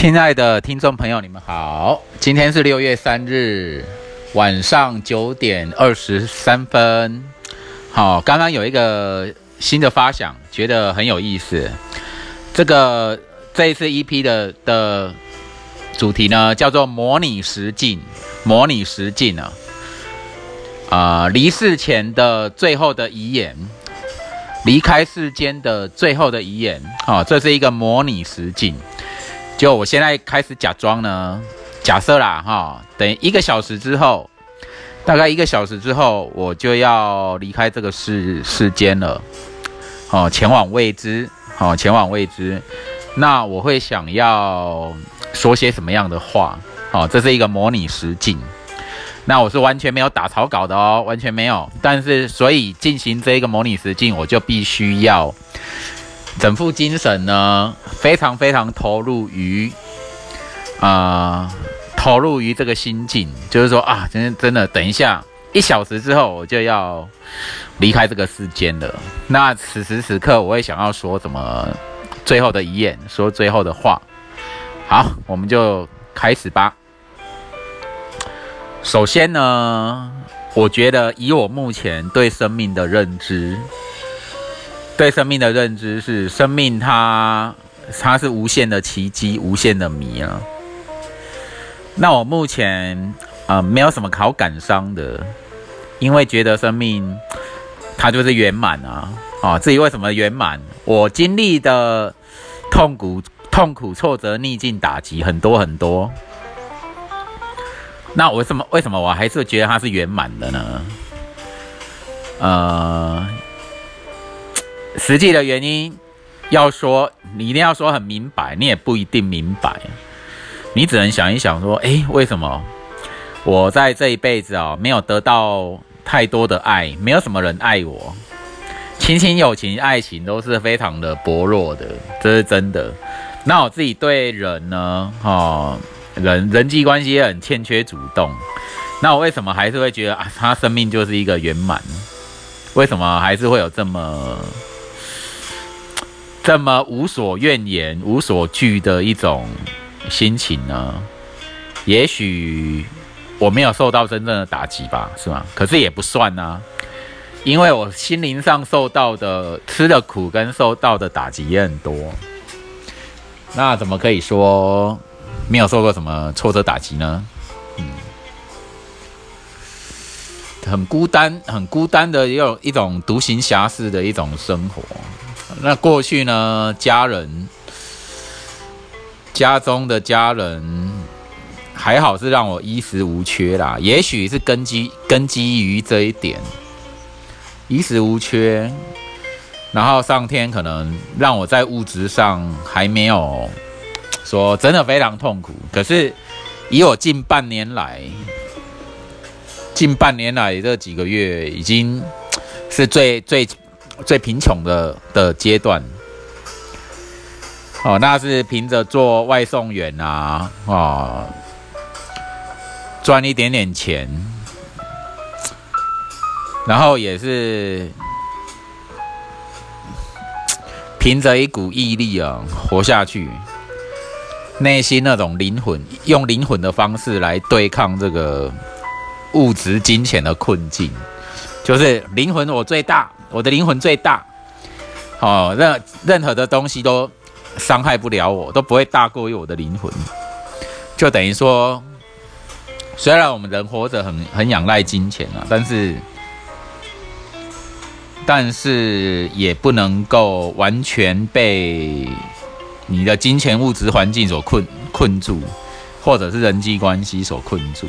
亲爱的听众朋友，你们好，今天是6月3日晚上9点23分。好，刚刚有一个新的发想，觉得很有意思。这一次 EP 的主题呢，叫做模拟实境。模拟实境离世前的最后的遗言，离开世间的最后的遗言。这是一个模拟实境。就我现在开始假装呢，假设啦等1个小时之后，大概1个小时之后，我就要离开这个世间了，前往未知，前往未知。那我会想要说些什么样的话？这是一个模拟实境。那我是完全没有打草稿的哦，完全没有。但是所以进行这一个模拟实境，我就必须要整副精神呢，非常非常投入于这个心境，就是说真的，等一下1小时之后我就要离开这个世间了。那此时此刻，我会想要说什么最后的遗言，说最后的话。好，我们就开始吧。首先呢，我觉得以我目前对生命的认知是，生命它是无限的奇迹，无限的谜啊。那我目前没有什么好感伤的，因为觉得生命它就是圆满啊。至于为什么圆满，我经历的痛苦、挫折、逆境、打击很多很多。那为什么我还是觉得它是圆满的呢？实际的原因要说，你一定要说很明白，你也不一定明白。你只能想一想说，为什么我在这一辈子没有得到太多的爱，没有什么人爱我，亲情、友情、爱情都是非常的薄弱的，这是真的。那我自己对人呢，人际关系也很欠缺主动。那我为什么还是会觉得他生命就是一个圆满？为什么还是会有这么无所怨言、无所惧的一种心情呢？也许我没有受到真正的打击吧，是吗？可是也不算啊，因为我心灵上受到的吃的苦跟受到的打击也很多。那怎么可以说没有受过什么挫折打击呢？很孤单的也有一种独行侠式的一种生活。那过去呢，家中的家人还好是让我衣食无缺啦，也许是根基于这一点，衣食无缺。然后上天可能让我在物质上还没有说真的非常痛苦，可是以我近半年来这几个月，已经是最贫穷的阶段。那是凭着做外送员赚一点点钱，然后也是凭着一股毅力活下去，内心那种灵魂，用灵魂的方式来对抗这个物质金钱的困境，就是灵魂我最大，我的灵魂最大，任何的东西都伤害不了我，都不会大过于我的灵魂。就等于说，虽然我们人活着很仰赖金钱但是也不能够完全被你的金钱物质环境所困住，或者是人际关系所困住。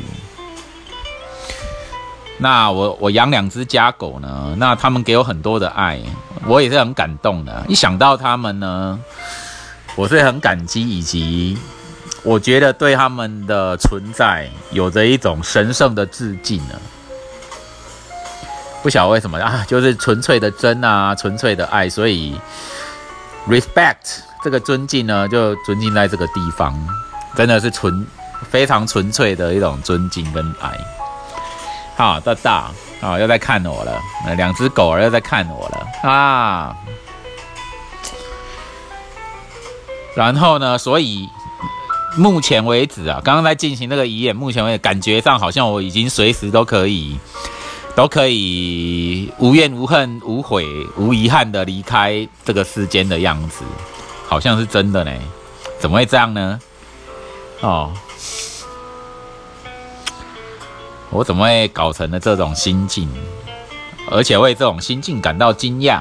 那我养2只家狗呢，那他们给我很多的爱，我也是很感动的。一想到他们呢，我是很感激，以及我觉得对他们的存在有着一种神圣的致敬呢。不晓得为什么就是纯粹的真纯粹的爱，所以 respect 这个尊敬呢，就尊敬在这个地方，真的是非常纯粹的一种尊敬跟爱。好，大又在看我了，2只狗又在看我了然后呢，所以目前为止啊，刚刚在进行这个遗言，目前为止感觉上好像我已经随时都可以无怨无恨、无悔、无遗憾的离开这个世间的样子，好像是真的呢？怎么会这样呢？哦，我怎么会搞成了这种心境，而且为这种心境感到惊讶？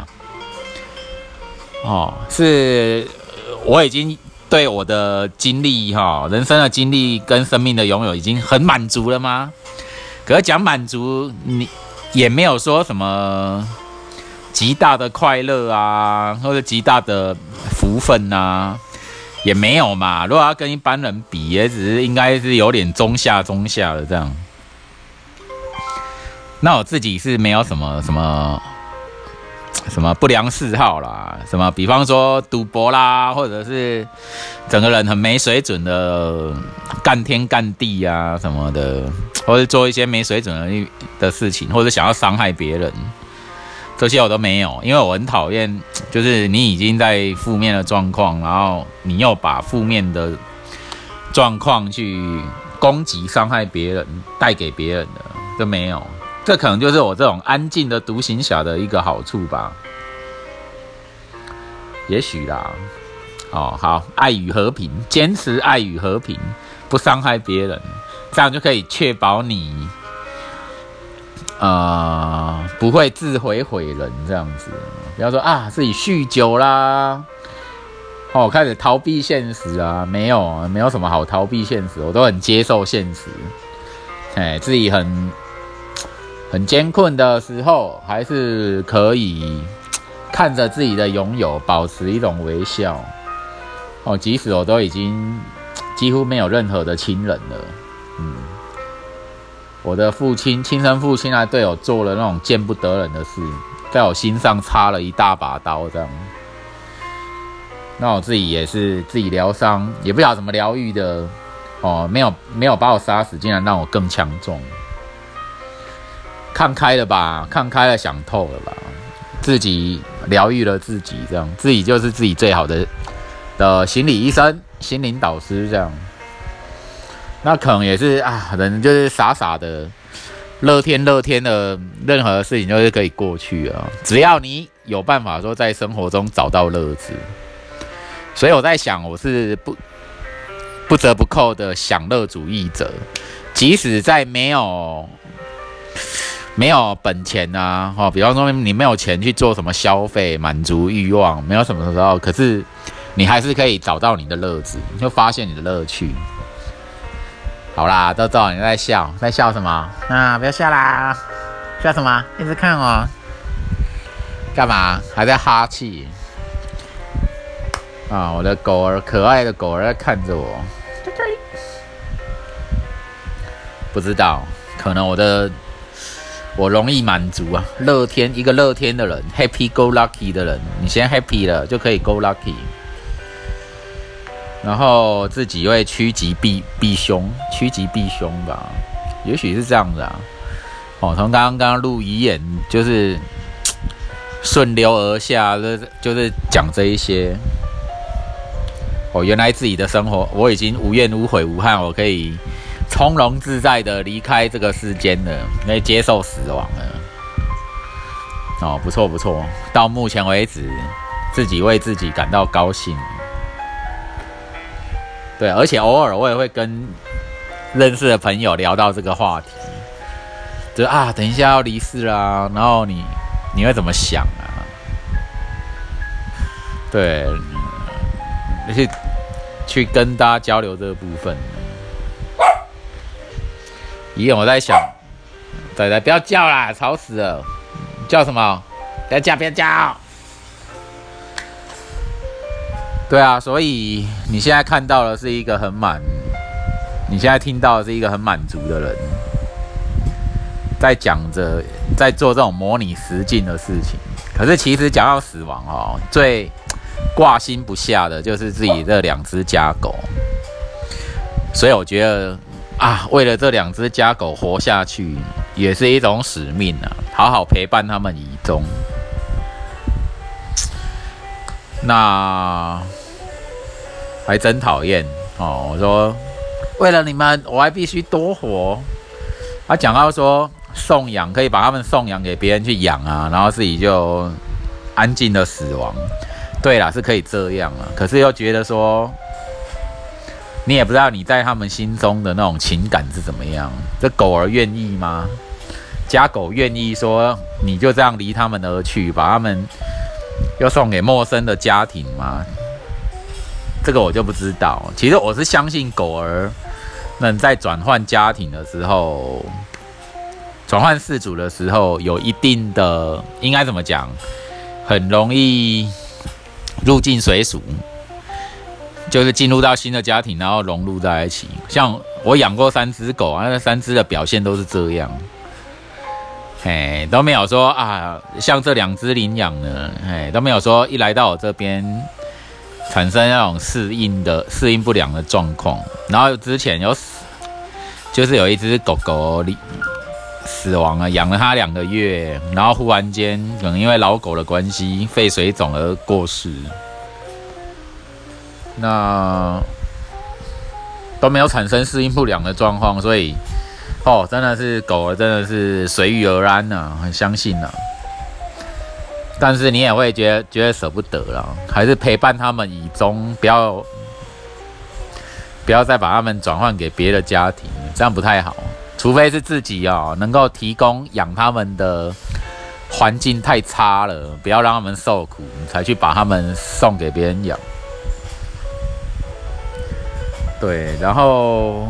哦，是我已经对我的经历人生的经历跟生命的拥有已经很满足了吗？可是讲满足，你也没有说什么极大的快乐啊，或者极大的福分啊，也没有嘛。如果要跟一般人比，也只是应该是有点中下的这样。那我自己是没有什么不良嗜好啦，什么比方说赌博啦，或者是整个人很没水准的干天干地啊什么的，或者做一些没水准的事情，或者想要伤害别人，这些我都没有，因为我很讨厌，就是你已经在负面的状况，然后你又把负面的状况去攻击、伤害别人，带给别人的，都没有。这可能就是我这种安静的独行侠的一个好处吧，也许啦。哦，好，爱与和平，坚持爱与和平，不伤害别人，这样就可以确保你，不会自毁毁人这样子。不要说啊，自己酗酒啦，开始逃避现实啊，没有什么好逃避现实，我都很接受现实。自己很艰困的时候，还是可以看着自己的拥有，保持一种微笑。即使我都已经几乎没有任何的亲人了，我的亲生父亲还对我做了那种见不得人的事，在我心上插了一大把刀，这样。那我自己也是自己疗伤，也不晓得怎么疗愈的，没有把我杀死，竟然让我更强壮。看开了吧，看开了，想透了吧，自己疗愈了自己，这样自己就是自己最好的心理医生、心灵导师这样。那可能也是人就是傻傻的，乐天的，任何事情就是可以过去啊，只要你有办法说在生活中找到乐子。所以我在想，我是不折不扣的享乐主义者，即使在没有本钱啊，比方说你没有钱去做什么消费满足欲望，没有什么时候，可是你还是可以找到你的乐子，你就发现你的乐趣。好啦，都知道你在笑什么不要笑啦，笑什么？一直看我，干嘛？还在哈气我的狗儿，可爱的狗儿在看着我，在这里。不知道，可能我容易满足啊，一个乐天的人 ，happy go lucky 的人，你先 happy 了就可以 go lucky， 然后自己会趋吉避凶吧，也许是这样的从刚刚录遗言就是顺流而下，就是讲这一些。原来自己的生活我已经无怨无悔无憾，我可以从容自在的离开这个世间了，可以接受死亡了。不错，到目前为止，自己为自己感到高兴。对，而且偶尔我也会跟认识的朋友聊到这个话题，就等一下要离世啦，然后你会怎么想啊？对，去跟大家交流这个部分。我在想，仔不要叫啦，吵死了！叫什么？不要叫！对啊，所以你现在看到的是一个你现在听到的是一个很满足的人，在做这种模拟实境的事情。可是其实讲到死亡最挂心不下的就是自己这2只家狗，所以我觉得为了这2只家狗活下去，也是一种使命好好陪伴他们以终。那还真讨厌， 哦，我说为了你们，我还必须多活。他讲到说送养可以把他们送养给别人去养啊，然后自己就安静的死亡。对啦，是可以这样啊，可是又觉得说，你也不知道你在他们心中的那种情感是怎么样。这狗儿愿意吗？家狗愿意说你就这样离他们而去，把他们又送给陌生的家庭吗？这个我就不知道。其实我是相信狗儿能在转换家庭的时候，转换饲主的时候，有一定的应该怎么讲，很容易入境随俗，就是进入到新的家庭，然后融入在一起。像我养过3只狗啊，那3只的表现都是这样。都没有说啊，像这2只领养呢，都没有说一来到我这边产生那种适应不良的状况。然后之前就是有一只狗狗死亡了，养了它2个月，然后忽然间可能因为老狗的关系肺水肿而过世，那都没有产生适应不良的状况，所以真的是狗儿真的是随遇而安啊，很相信啊。但是你也会觉得舍不得啦，还是陪伴他们以终，不要再把他们转换给别的家庭，这样不太好。除非是自己能够提供养他们的环境太差了，不要让他们受苦，才去把他们送给别人养。对，然后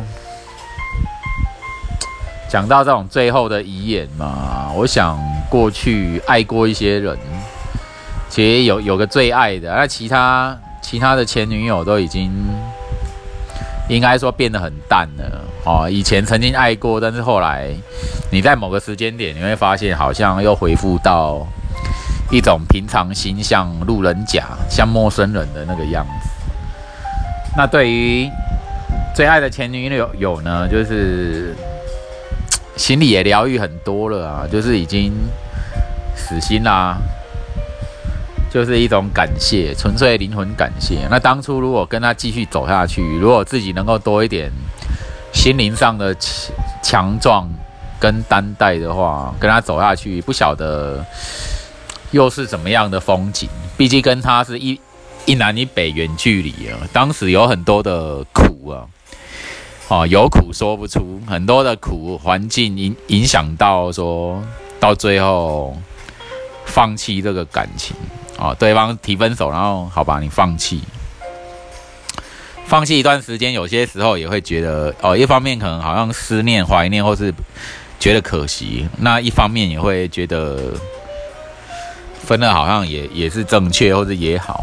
讲到这种最后的遗言嘛，我想过去爱过一些人，其实有个最爱的，那其他的前女友都已经应该说变得很淡了以前曾经爱过，但是后来你在某个时间点，你会发现好像又恢复到一种平常心，像路人甲、像陌生人的那个样子。那对于最爱的前女友呢，就是心里也疗愈很多了啊，就是已经死心啦，就是一种感谢，纯粹灵魂感谢。那当初如果跟他继续走下去，如果自己能够多一点心灵上的强壮跟担待的话，跟他走下去，不晓得又是怎么样的风景。毕竟跟他是一南一北远距离啊，当时有很多的苦啊。有苦说不出，很多的苦环境影响到说，到最后放弃这个感情对方提分手，然后好吧，你放弃一段时间，有些时候也会觉得一方面可能好像思念、怀念，或是觉得可惜；那一方面也会觉得分了好像也是正确，或是也好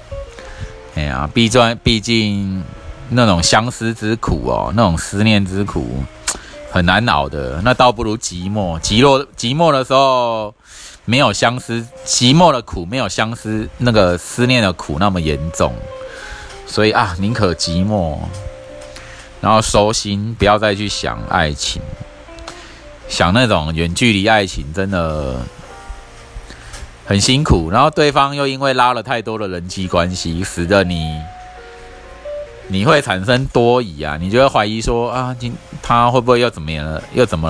毕竟那种相思之苦那种思念之苦很难熬的，那倒不如寂寞。寂寞的时候没有相思，寂寞的苦没有相思那个思念的苦那么严重，所以宁可寂寞，然后收心，不要再去想爱情，想那种远距离爱情真的很辛苦，然后对方又因为拉了太多的人际关系，使得你会产生多疑啊，你就会怀疑说他会不会又怎么了？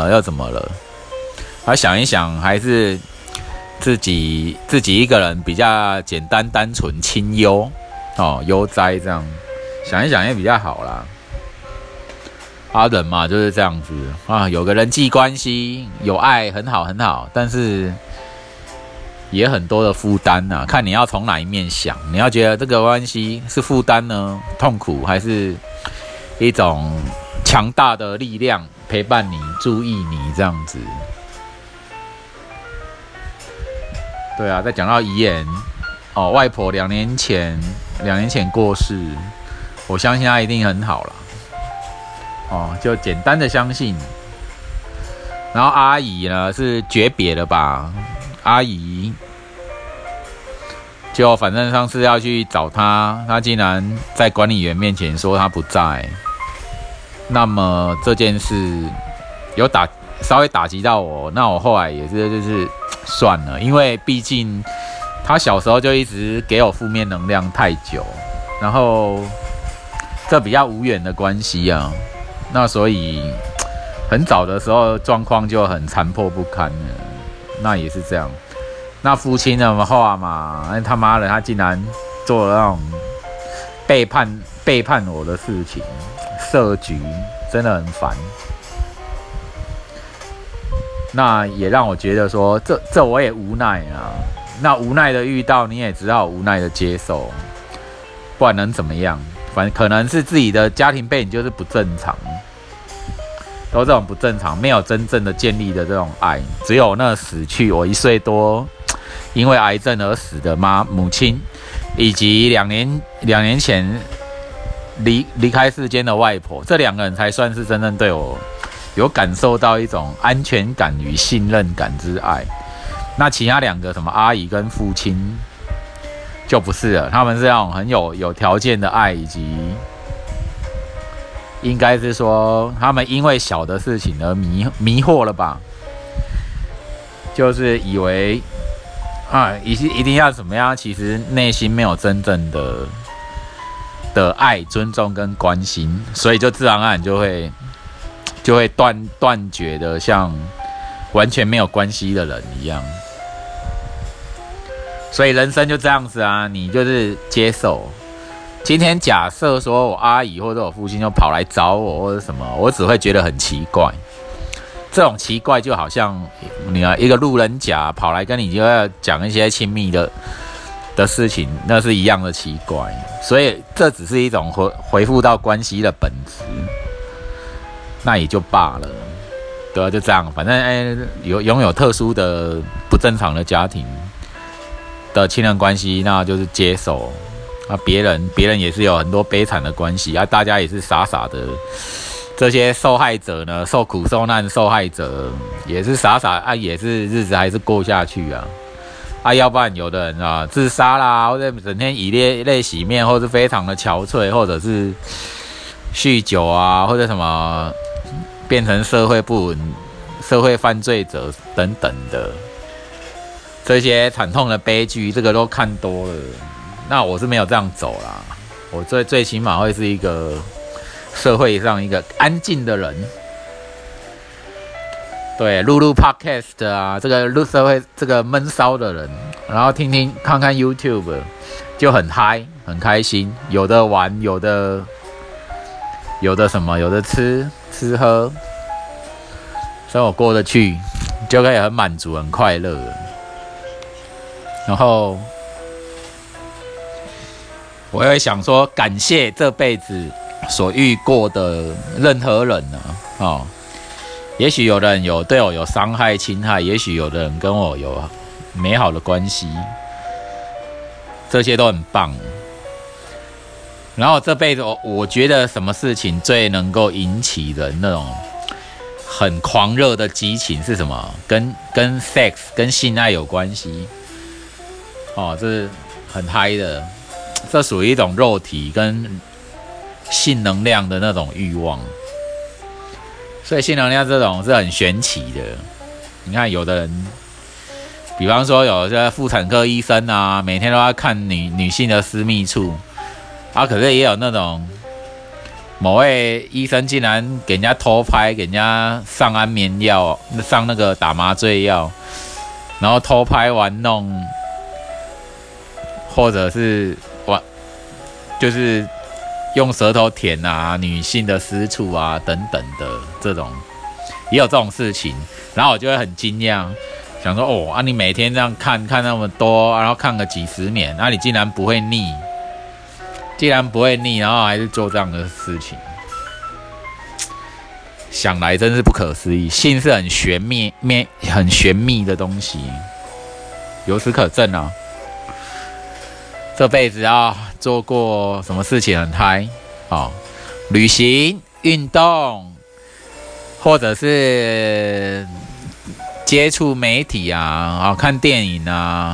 想一想，还是自己一个人比较简单、单纯、清幽悠哉这样，想一想也比较好啦。人嘛就是这样子有个人际关系，有爱很好，但是也很多的负担看你要从哪一面想。你要觉得这个关系是负担呢，痛苦，还是一种强大的力量陪伴你、注意你这样子？对啊，再讲到遗言外婆2年前过世，我相信她一定很好啦就简单的相信。然后阿姨呢是诀别了吧？阿姨就反正上次要去找她，她竟然在管理员面前说她不在。那么这件事有稍微打击到我，那我后来也是就是算了，因为毕竟她小时候就一直给我负面能量太久，然后这比较无缘的关系啊。那所以很早的时候状况就很残破不堪了，那也是这样。那父亲的话嘛，他妈的他竟然做了那种背叛我的事情，设局真的很烦。那也让我觉得说，这我也无奈啊。那无奈的遇到，你也只好无奈的接受，不然能怎么样？反正可能是自己的家庭背景就是不正常。都这种不正常，没有真正的建立的这种爱，只有那死去我1岁多因为癌症而死的母亲，以及2年前离开世间的外婆，这2个人才算是真正对我有感受到一种安全感与信任感之爱。那其他2个什么阿姨跟父亲就不是了，他们是那种很有条件的爱，以及应该是说，他们因为小的事情而迷惑了吧？就是以为一定要怎么样，其实内心没有真正的爱、尊重跟关心，所以就自然而然就会断绝的，像完全没有关系的人一样。所以人生就这样子啊，你就是接受。今天假设说我阿姨或者我父亲就跑来找我或者什么，我只会觉得很奇怪。这种奇怪就好像你一个路人甲跑来跟你就要讲一些亲密的事情，那是一样的奇怪。所以这只是一种回复到关系的本质，那也就罢了。对啊，就这样，反正拥有特殊的不正常的家庭的亲人关系，那就是接受。别人也是有很多悲惨的关系啊，大家也是傻傻的。这些受害者呢，受苦受难受害者也是傻傻啊，也是日子还是过下去啊。要不然有的人啊自杀啦，或者整天以泪洗面，或是非常的憔悴，或者是酗酒啊，或者什么变成社会不稳、社会犯罪者等等的这些惨痛的悲剧，这个都看多了。那我是没有这样走啦，我最起码会是一个社会上一个安静的人。对，录 podcast 啊，这个录社会这个闷骚的人，然后看看 YouTube 就很嗨很开心，有的玩，有的什么，有的吃喝，生活过得去，就可以很满足很快乐。然后我会想说，感谢这辈子所遇过的任何人也许有的人对我有伤害侵害，也许有的人跟我有美好的关系，这些都很棒。然后这辈子我觉得什么事情最能够引起人那种很狂热的激情是什么？跟 sex 跟性爱有关系这是很嗨的。这属于一种肉体跟性能量的那种欲望，所以性能量这种是很玄奇的。你看有的人，比方说有些妇产科医生啊，每天都要看女性的私密处可是也有那种某位医生竟然给人家偷拍，给人家上安眠药，上那个打麻醉药，然后偷拍玩弄，或者是就是用舌头舔女性的私处等等的这种，也有这种事情。然后我就会很惊讶，想说你每天这样看那么多，然后看个几十年，你竟然不会腻，然后还是做这样的事情，想来真是不可思议。性是很玄秘的东西，由此可证这辈子做过什么事情很嗨旅行、运动，或者是接触媒体看电影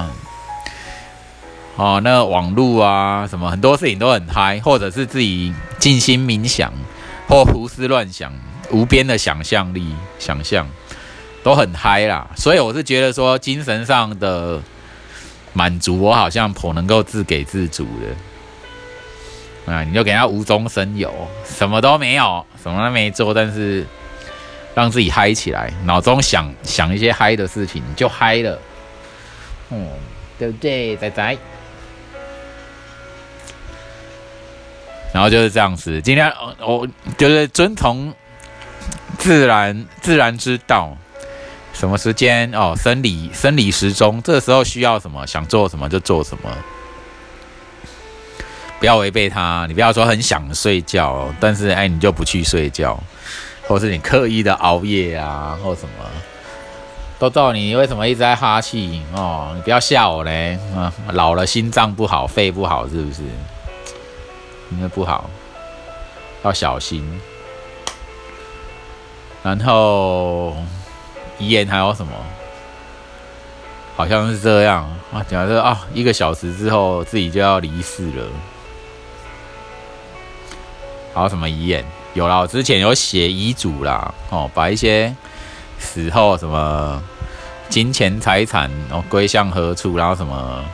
那网络什么很多事情都很嗨，或者是自己静心冥想或胡思乱想，无边的想象都很嗨啦。所以我是觉得说，精神上的满足我好像颇能够自给自足的啊，你就给他无中生有，什么都没有，什么都没做，但是让自己嗨起来，脑中想一些嗨的事情，就嗨了，对不对，仔仔？然后就是这样子，今天我就是遵从自然之道，什么时间生理时钟，这个时候需要什么，想做什么就做什么，不要违背它。你不要说很想睡觉，但是你就不去睡觉，或是你刻意的熬夜啊，或什么，豆豆你为什么一直在哈气你不要吓我嘞老了心脏不好，肺不好是不是？应该不好，要小心。然后遗言还有什么？好像是这样讲说1个小时之后自己就要离世了。还有什么遗言？有啦，我之前有写遗嘱啦，把一些死后什么金钱财产归向何处，然后什么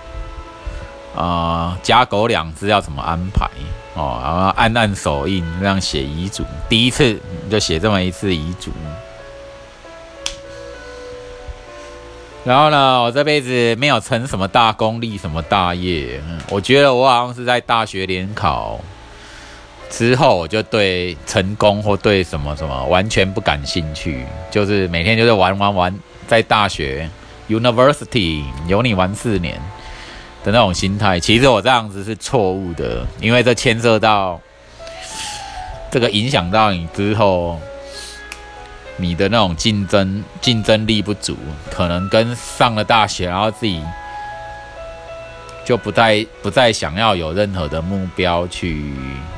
家狗两只要怎么安排然后按手印这样写遗嘱，第一次就写这么一次遗嘱。然后呢，我这辈子没有成什么大功立什么大业，我觉得我好像是在大学联考之后，我就对成功或对什么什么完全不感兴趣，就是每天就是玩，在大学 University 有你玩4年的那种心态。其实我这样子是错误的，因为这牵涉到这个影响到你之后你的那种竞争力不足，可能跟上了大学然后自己就不再想要有任何的目标去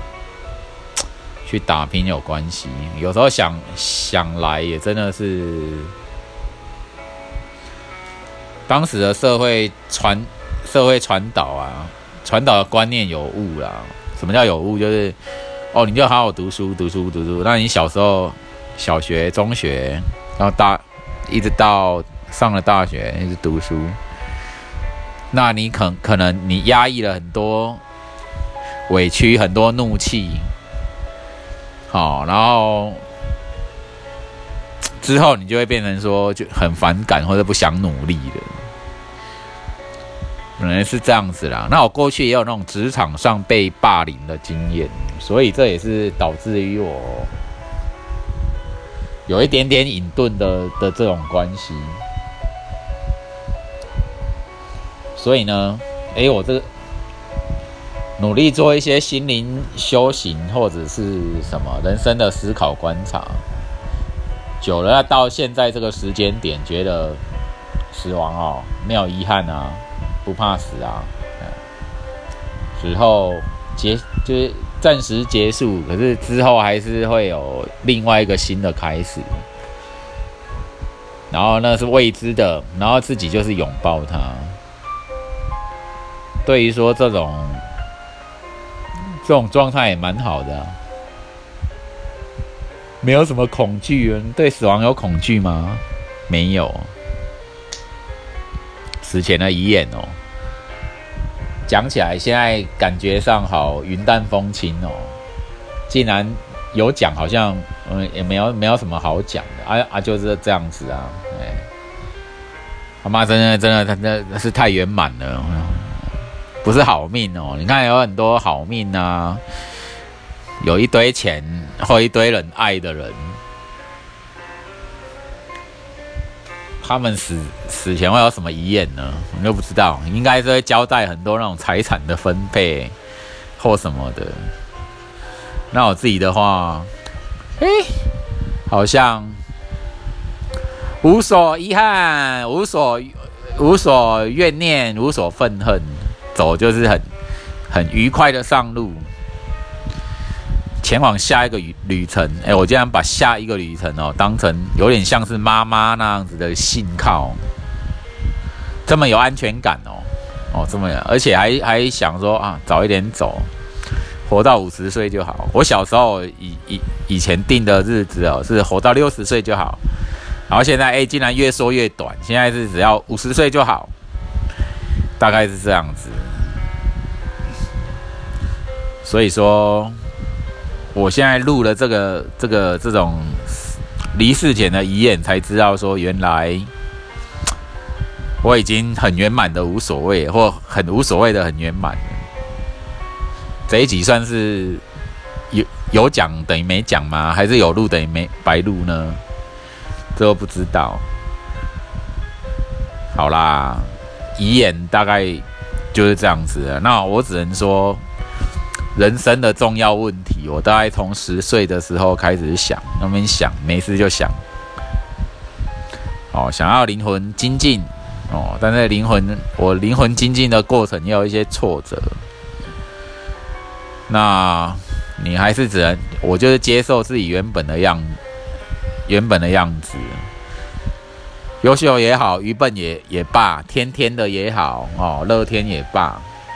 打拼有关系。有时候想来也真的是当时的社会传导传导的观念有误啦。什么叫有误？就是你就好好读书。那你小时候小学、中学，然后一直到上了大学一直读书，那你可能你压抑了很多委屈，很多怒气，然后之后你就会变成说就很反感或者不想努力了。可能是这样子啦。那我过去也有那种职场上被霸凌的经验，所以这也是导致于我有一点点隐遁的这种关系。所以呢，我这个努力做一些心灵修行或者是什么人生的思考观察，久了到现在这个时间点，觉得死亡没有遗憾啊，不怕死啊，死后就是暂时结束，可是之后还是会有另外一个新的开始，然后那是未知的，然后自己就是拥抱它。对于说这种状态也蛮好的没有什么恐惧。对死亡有恐惧吗？没有。死前的遗言讲起来现在感觉上好云淡风轻既然有讲，好像也没有什么好讲的就是这样子他妈真的是太圆满了，不是好命你看有很多好命啊，有一堆钱或一堆人爱的人，他们死前会有什么遗言呢？我就不知道，应该是会交代很多那种财产的分配或什么的。那我自己的话，好像无所遗憾，无所怨念，无所愤恨，走就是很愉快的上路，前往下一个旅程。我竟然把下一个旅程当成有点像是妈妈那样子的信靠，这么有安全感这么，而且还想说早一点走，活到50岁就好。我小时候以前定的日子是活到60岁就好，然后现在竟然越说越短，现在是只要50岁就好，大概是这样子。 所以说，我现在录了这种离世前的遗言，才知道说原来我已经很圆满的无所谓，或很无所谓的很圆满。这一集算是有讲等于没讲吗？还是有录等于没白录呢？这都不知道。好啦，遗言大概就是这样子的。那我只能说，人生的重要问题，我大概从10岁的时候开始想，那边想，没事就想。想要灵魂精进但是我灵魂精进的过程也有一些挫折。那你还是只能，我就是接受自己原本的样子，优秀也好，愚笨也罢，天天的也好乐天也罢，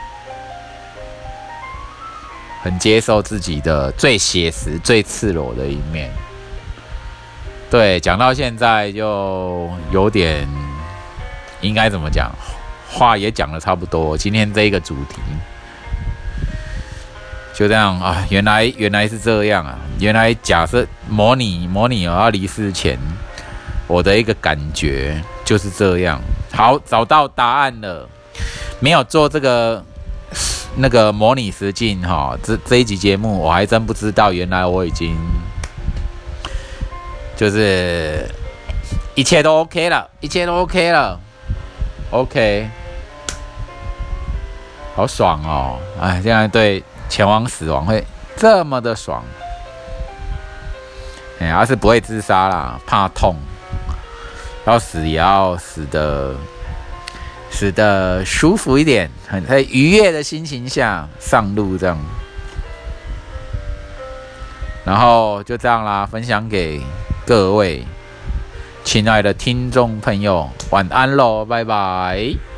很接受自己的最写实、最赤裸的一面。对，讲到现在就有点，应该怎么讲？话也讲得差不多。今天这一个主题就这样啊，原来是这样啊！原来假设模拟我要离世前，我的一个感觉就是这样。好，找到答案了。没有做那个模拟实境这一集节目，我还真不知道，原来我已经就是一切都 OK 了，OK， 好爽哦！哎，现在对前往死亡会这么的爽，而是不会自杀啦，怕痛，要死也要死的舒服一点，在愉悦的心情下上路这样，然后就这样啦，分享给各位亲爱的听众朋友，晚安喽，拜拜。